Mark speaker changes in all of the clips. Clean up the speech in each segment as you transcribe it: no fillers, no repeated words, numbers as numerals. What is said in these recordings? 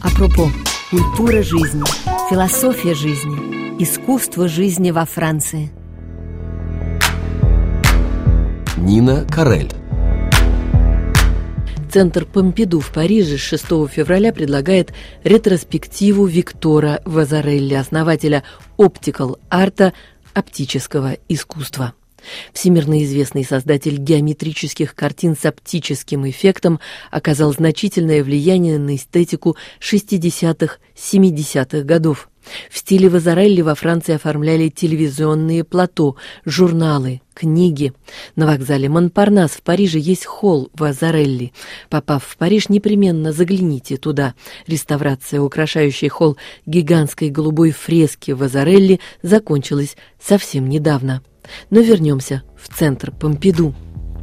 Speaker 1: Апропо, культура жизни, философия жизни, искусство жизни во Франции.
Speaker 2: Нина Карель.
Speaker 3: Центр Помпиду в Париже с 6 февраля предлагает ретроспективу Виктора Вазарелли, основателя оптикал-арта, оптического искусства. Всемирно известный создатель геометрических картин с оптическим эффектом оказал значительное влияние на эстетику 60-х, 70-х годов. В стиле Вазарелли во Франции оформляли телевизионные плато, журналы, книги. На вокзале Монпарнас в Париже есть холл Вазарелли. Попав в Париж, непременно загляните туда. Реставрация, украшающая холл гигантской голубой фрески Вазарелли, закончилась совсем недавно. Но вернемся в центр Помпиду.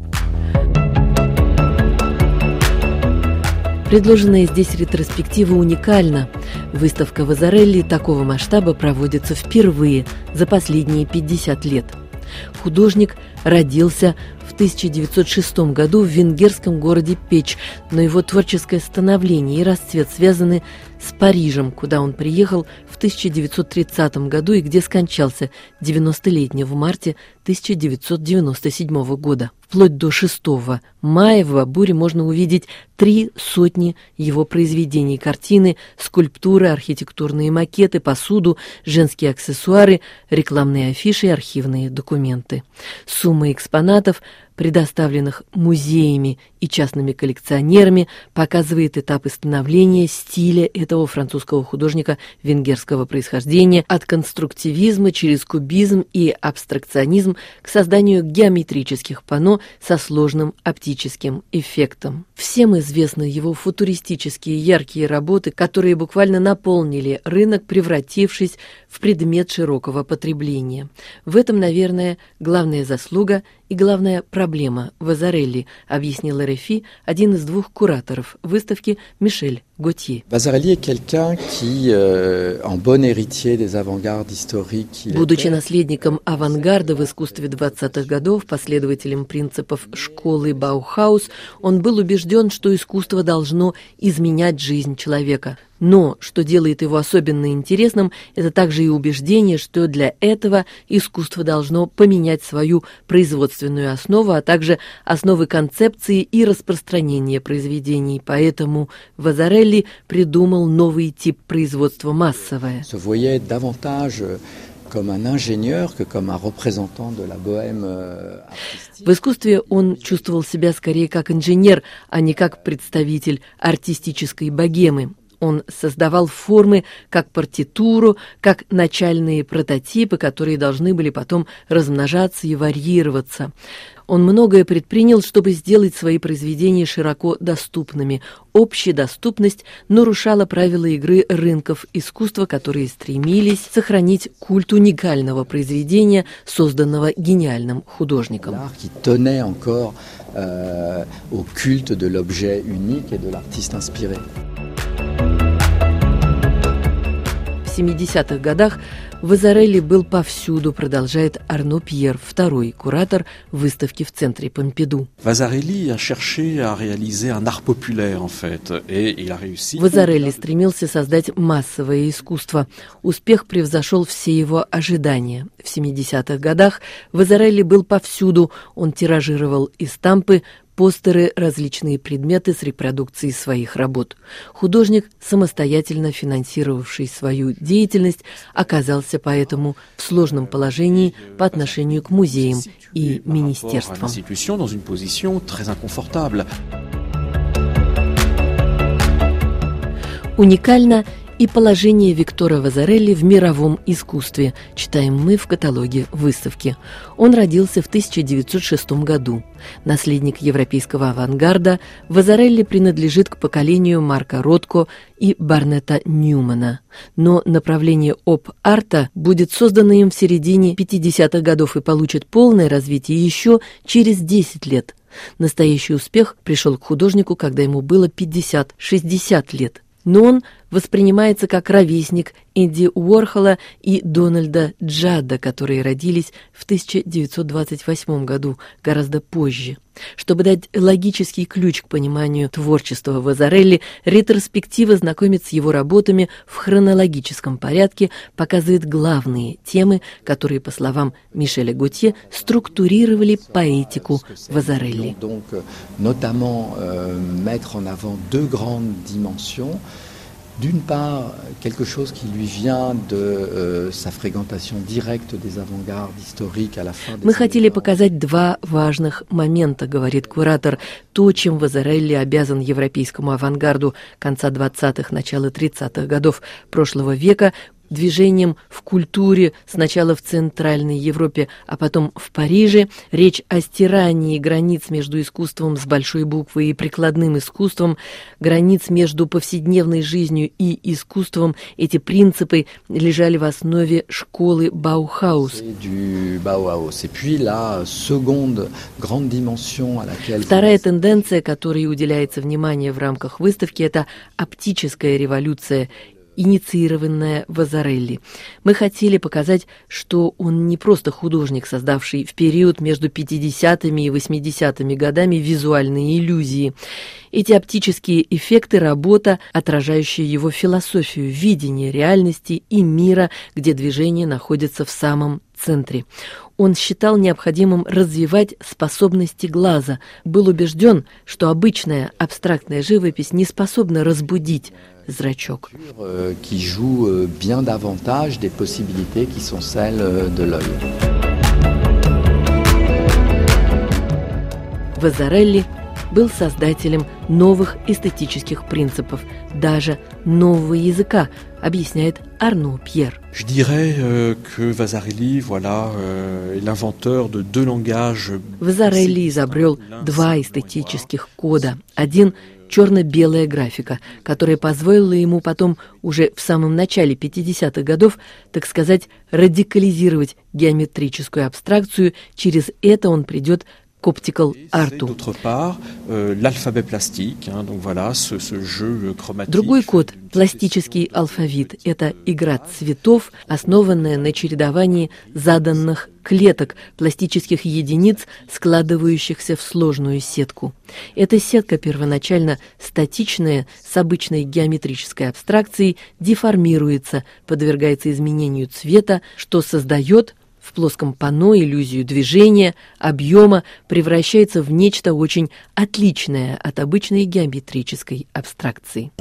Speaker 3: Предложенная здесь ретроспектива уникальна. Выставка Вазарелли такого масштаба проводится впервые за последние 50 лет. Художник родился в 1906 году в венгерском городе Печ, но его творческое становление и расцвет связаны с Парижем, куда он приехал в 1930 году и где скончался 90-летним в марте 1997 года. Вплоть до 6 мая в Вабуре можно увидеть 300 его произведений: картины, скульптуры, архитектурные макеты, посуду, женские аксессуары, рекламные афиши и архивные документы. Сумма экспонатов, предоставленных музеями и частными коллекционерами, показывает этапы становления стиля этого французского художника венгерского происхождения от конструктивизма через кубизм и абстракционизм к созданию геометрических панно со сложным оптическим эффектом. Всем известны его футуристические яркие работы, которые буквально наполнили рынок, превратившись в предмет широкого потребления. В этом, наверное, главная заслуга и главная проблема Вазарелли, объяснил РФИ один из двух кураторов выставки Мишель Готье.
Speaker 4: Вазарелли est quelqu'un qui, en bon héritier des avant-gardes historiques,
Speaker 3: Будучи наследником авангарда в искусстве 20-х годов, последователем принципов школы Баухаус, он был убежден, что искусство должно изменять жизнь человека. Но, что делает его особенно интересным, это также и убеждение, что для этого искусство должно поменять свою производственную основу, а также основы концепции и распространения произведений. Поэтому Вазарелли придумал новый тип производства — массовое. В искусстве он чувствовал себя скорее как инженер, а не как представитель артистической богемы. Он создавал формы как партитуру, как начальные прототипы, которые должны были потом размножаться и варьироваться. Он многое предпринял, чтобы сделать свои произведения широко доступными. Общедоступность нарушала правила игры рынков искусства, которые стремились сохранить культ уникального произведения, созданного гениальным художником. В 70-х годах Вазарелли был повсюду, продолжает Арно Пьер, второй куратор выставки в центре Помпиду.
Speaker 5: Вазарелли
Speaker 3: стремился создать массовое искусство. Успех превзошел все его ожидания. В 70-х годах Вазарелли был повсюду. Он тиражировал эстампы, постеры, различные предметы с репродукцией своих работ. Художник, самостоятельно финансировавший свою деятельность, оказался поэтому в сложном положении по отношению к музеям и министерствам. Уникально и положение Виктора Вазарелли в мировом искусстве, читаем мы в каталоге выставки. Он родился в 1906 году. Наследник европейского авангарда, Вазарелли принадлежит к поколению Марка Ротко и Барнета Ньюмана. Но направление оп-арта будет создано им в середине 50-х годов и получит полное развитие еще через 10 лет. Настоящий успех пришел к художнику, когда ему было 50-60 лет. Но он воспринимается как ровесник Энди Уорхола и Дональда Джадда, которые родились в 1928 году, гораздо позже. Чтобы дать логический ключ к пониманию творчества Вазарелли, ретроспектива знакомит с его работами в хронологическом порядке, показывает главные темы, которые, по словам Мишеля Готье, структурировали поэтику Вазарелли.
Speaker 4: D'une part, quelque chose qui lui vient de sa fréquentation directe des avant-gardes historiques à la fin des
Speaker 3: Мы хотели показать два важных момента, говорит куратор. То, чем Вазарелли обязан европейскому авангарду конца 20-х, начала 30-х годов прошлого века, движением в культуре сначала в Центральной Европе, а потом в Париже. Речь о стирании границ между искусством с большой буквы и прикладным искусством, границ между повседневной жизнью и искусством. Эти принципы лежали в основе школы Баухаус. Вторая тенденция, которой уделяется внимание в рамках выставки, это оптическая революция, инициированная Вазарелли. Мы хотели показать, что он не просто художник, создавший в период между 50-ми и 80-ми годами визуальные иллюзии. Эти оптические эффекты – работа, отражающая его философию, видение реальности и мира, где движение находится в самом центре. Он считал необходимым развивать способности глаза, был убежден, что обычная абстрактная живопись не способна разбудить зрачок. Вазарелли был создателем новых эстетических принципов, даже нового языка, объясняет Арно Пьер.
Speaker 5: Je dirais que Vasarely, voilà, est l'inventeur de deux langages.
Speaker 3: Вазарелли изобрел два эстетических кода. Один – черно-белая графика, которая позволила ему потом уже в самом начале 50-х годов, так сказать, радикализировать геометрическую абстракцию. Через это он придет к оптикал-арту. Другой код – пластический алфавит. Это игра цветов, основанная на чередовании заданных клеток, пластических единиц, складывающихся в сложную сетку. Эта сетка первоначально статичная, с обычной геометрической абстракцией, деформируется, подвергается изменению цвета, что создает в плоском панно иллюзию движения, объема, превращается в нечто очень отличное от обычной геометрической абстракции.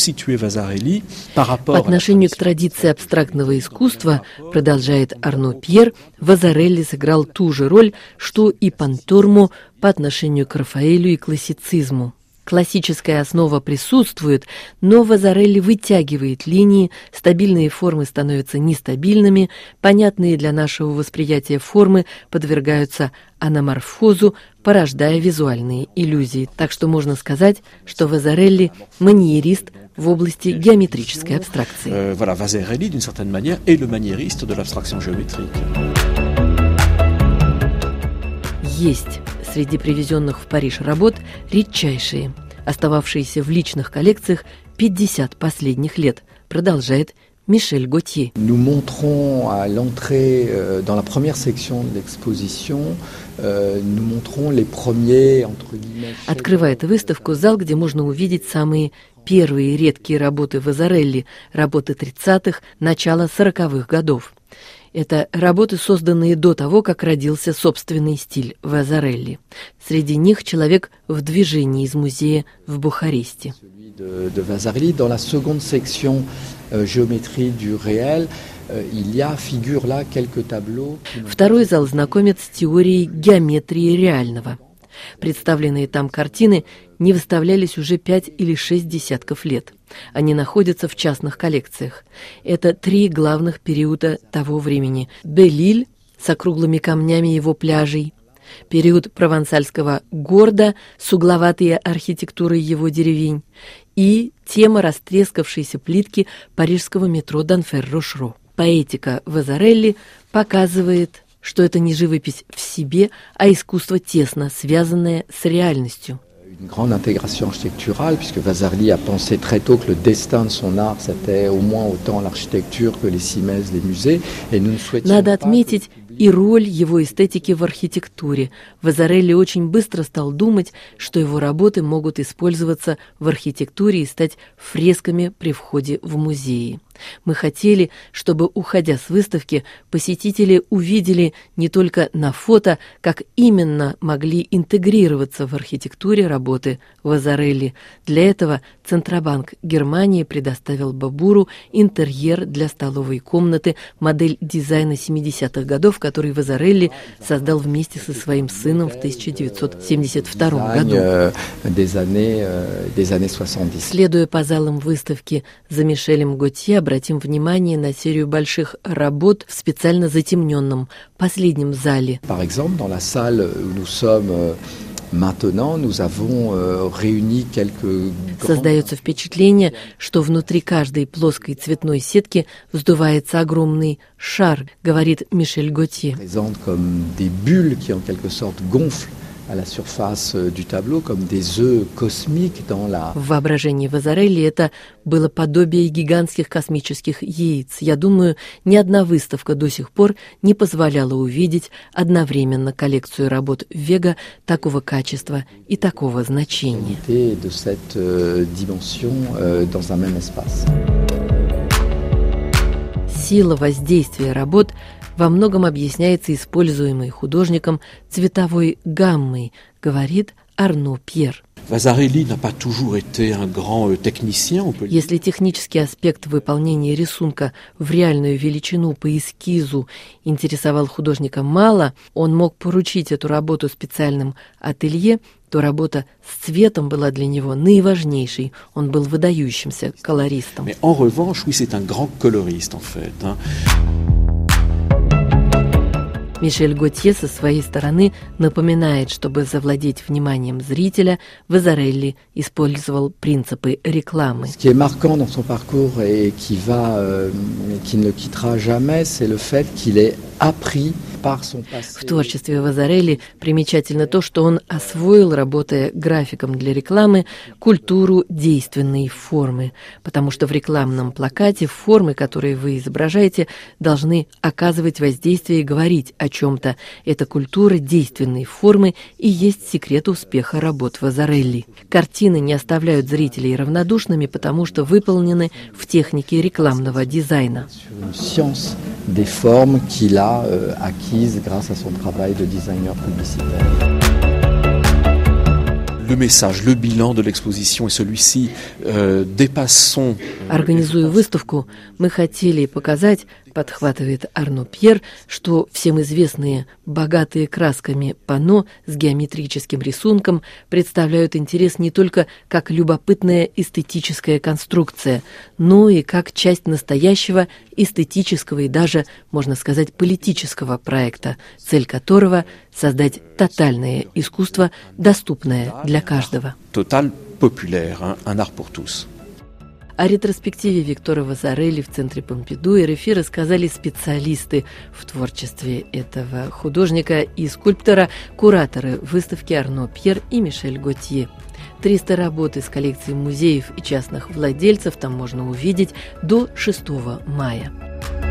Speaker 3: По отношению к традиции абстрактного искусства, продолжает Арно Пьер, Вазарелли сыграл ту же роль, что и Понтормо по отношению к Рафаэлю и классицизму. Классическая основа присутствует, но Вазарелли вытягивает линии, стабильные формы становятся нестабильными, понятные для нашего восприятия формы подвергаются аноморфозу, порождая визуальные иллюзии. Так что можно сказать, что Вазарелли – маньерист в области геометрической абстракции.
Speaker 5: Voilà, Vasarely, d'une certaine manière, est le maniériste de l'abstraction géométrique.
Speaker 3: Есть среди привезенных в Париж работ редчайшие, остававшиеся в личных коллекциях 50 последних лет, продолжает Мишель Готье.
Speaker 4: Nous montrons à l'entrée dans la première section de l'exposition, nous montrons les premiers entre guillemets.
Speaker 3: Открывает выставку зал, где можно увидеть самые первые редкие работы Вазарелли, работы 30-х, начала 40-х годов. Это работы, созданные до того, как родился собственный стиль Вазарелли. Среди них «Человек в движении» из музея в Бухаресте.
Speaker 4: De Vasarely, dans la seconde section géométrie du réel, il y a figure là quelques tableaux.
Speaker 3: Второй зал знакомит с теорией геометрии реального. Представленные там картины не выставлялись уже 5 или 6 десятков лет. Они находятся в частных коллекциях. Это 3 главных периода того времени. Белиль с округлыми камнями его пляжей, период провансальского Горда с угловатой архитектурой его деревень и тема растрескавшейся плитки парижского метро Данфер-Рошро. Поэтика Вазарелли показывает, что это не живопись в себе, а искусство, тесно связанное с реальностью.
Speaker 4: Une grande intégration architecturale, puisque Vasarely a pensé très tôt que le destin de son art, c'était au moins autant l'architecture que les cimaises, les musées. Et nous ne souhaitions
Speaker 3: Надо
Speaker 4: pas
Speaker 3: отметить и роль его эстетики в архитектуре. Вазарелли очень быстро стал думать, что его работы могут использоваться в архитектуре и стать фресками при входе в музеи. Мы хотели, чтобы, уходя с выставки, посетители увидели не только на фото, как именно могли интегрироваться в архитектуре работы Вазарелли. Для этого Центробанк Германии предоставил Бабуру интерьер для столовой комнаты, модель дизайна 70-х годов, который Вазарелли создал вместе со своим сыном в 1972 году.
Speaker 4: des années 70.
Speaker 3: Следуя по залам выставки за Мишелем Готье, обратим внимание на серию больших работ в специально затемненном последнем зале.
Speaker 4: Par exemple, dans la salle où nous sommes maintenant, nous avons réuni quelques
Speaker 3: Создается впечатление, что внутри каждой плоской цветной сетки вздувается огромный шар, говорит Мишель Готье.
Speaker 4: présentes comme des bulles qui en quelque sorte gonflent à la surface du tableau, comme des œufs cosmiques dans la...
Speaker 3: В воображении Вазарелли это было подобие гигантских космических яиц. Я думаю, ни одна выставка до сих пор не позволяла увидеть одновременно коллекцию работ Вега такого качества и такого значения.
Speaker 4: de cette dimension dans un même espace.
Speaker 3: Сила воздействия работ во многом объясняется используемой художником цветовой гаммой, говорит Арно Пьер.
Speaker 5: Vasarely n'a pas toujours été un grand technicien, on peut le dire.
Speaker 3: Если технический аспект выполнения рисунка в реальную величину по эскизу интересовал художника мало, он мог поручить эту работу специальным ателье, то работа с цветом была для него наиважнейшей. Он был выдающимся колористом.
Speaker 5: Mais en revanche, oui, c'est un grand coloriste en fait.
Speaker 3: Мишель Готье со своей стороны напоминает, чтобы завладеть вниманием зрителя, Вазарелли использовал принципы рекламы.
Speaker 4: Ce qui est marquant dans son parcours et qui ne le quittera jamais, c'est le fait qu'il ait appris par son passé.
Speaker 3: В творчестве Вазарелли примечательно то, что он освоил, работая графиком для рекламы, культуру действенной формы, потому что в рекламном плакате формы, которые вы изображаете, должны оказывать воздействие и говорить о чем-то. Эта культура действенной формы и есть секрет успеха работ Вазарелли. Картины не оставляют зрителей равнодушными, потому что выполнены в технике рекламного дизайна.
Speaker 4: Une science des formes qu'il a acquise grâce à son travail de designer publicitaire.
Speaker 5: Le message, le bilan de l'exposition est celui-ci. Dépassons.
Speaker 3: Организуя выставку, мы хотели показать, подхватывает Арно Пьер, что всем известные богатые красками панно с геометрическим рисунком представляют интерес не только как любопытная эстетическая конструкция, но и как часть настоящего эстетического и даже, можно сказать, политического проекта, цель которого – создать тотальное искусство, доступное для каждого.
Speaker 5: Total populaire, un art pour tous.
Speaker 3: О ретроспективе Виктора Вазарелли в Центре Помпиду и РФИ рассказали специалисты в творчестве этого художника и скульптора, кураторы выставки Арно Пьер и Мишель Готье. 300 работ из коллекции музеев и частных владельцев там можно увидеть до 6 мая.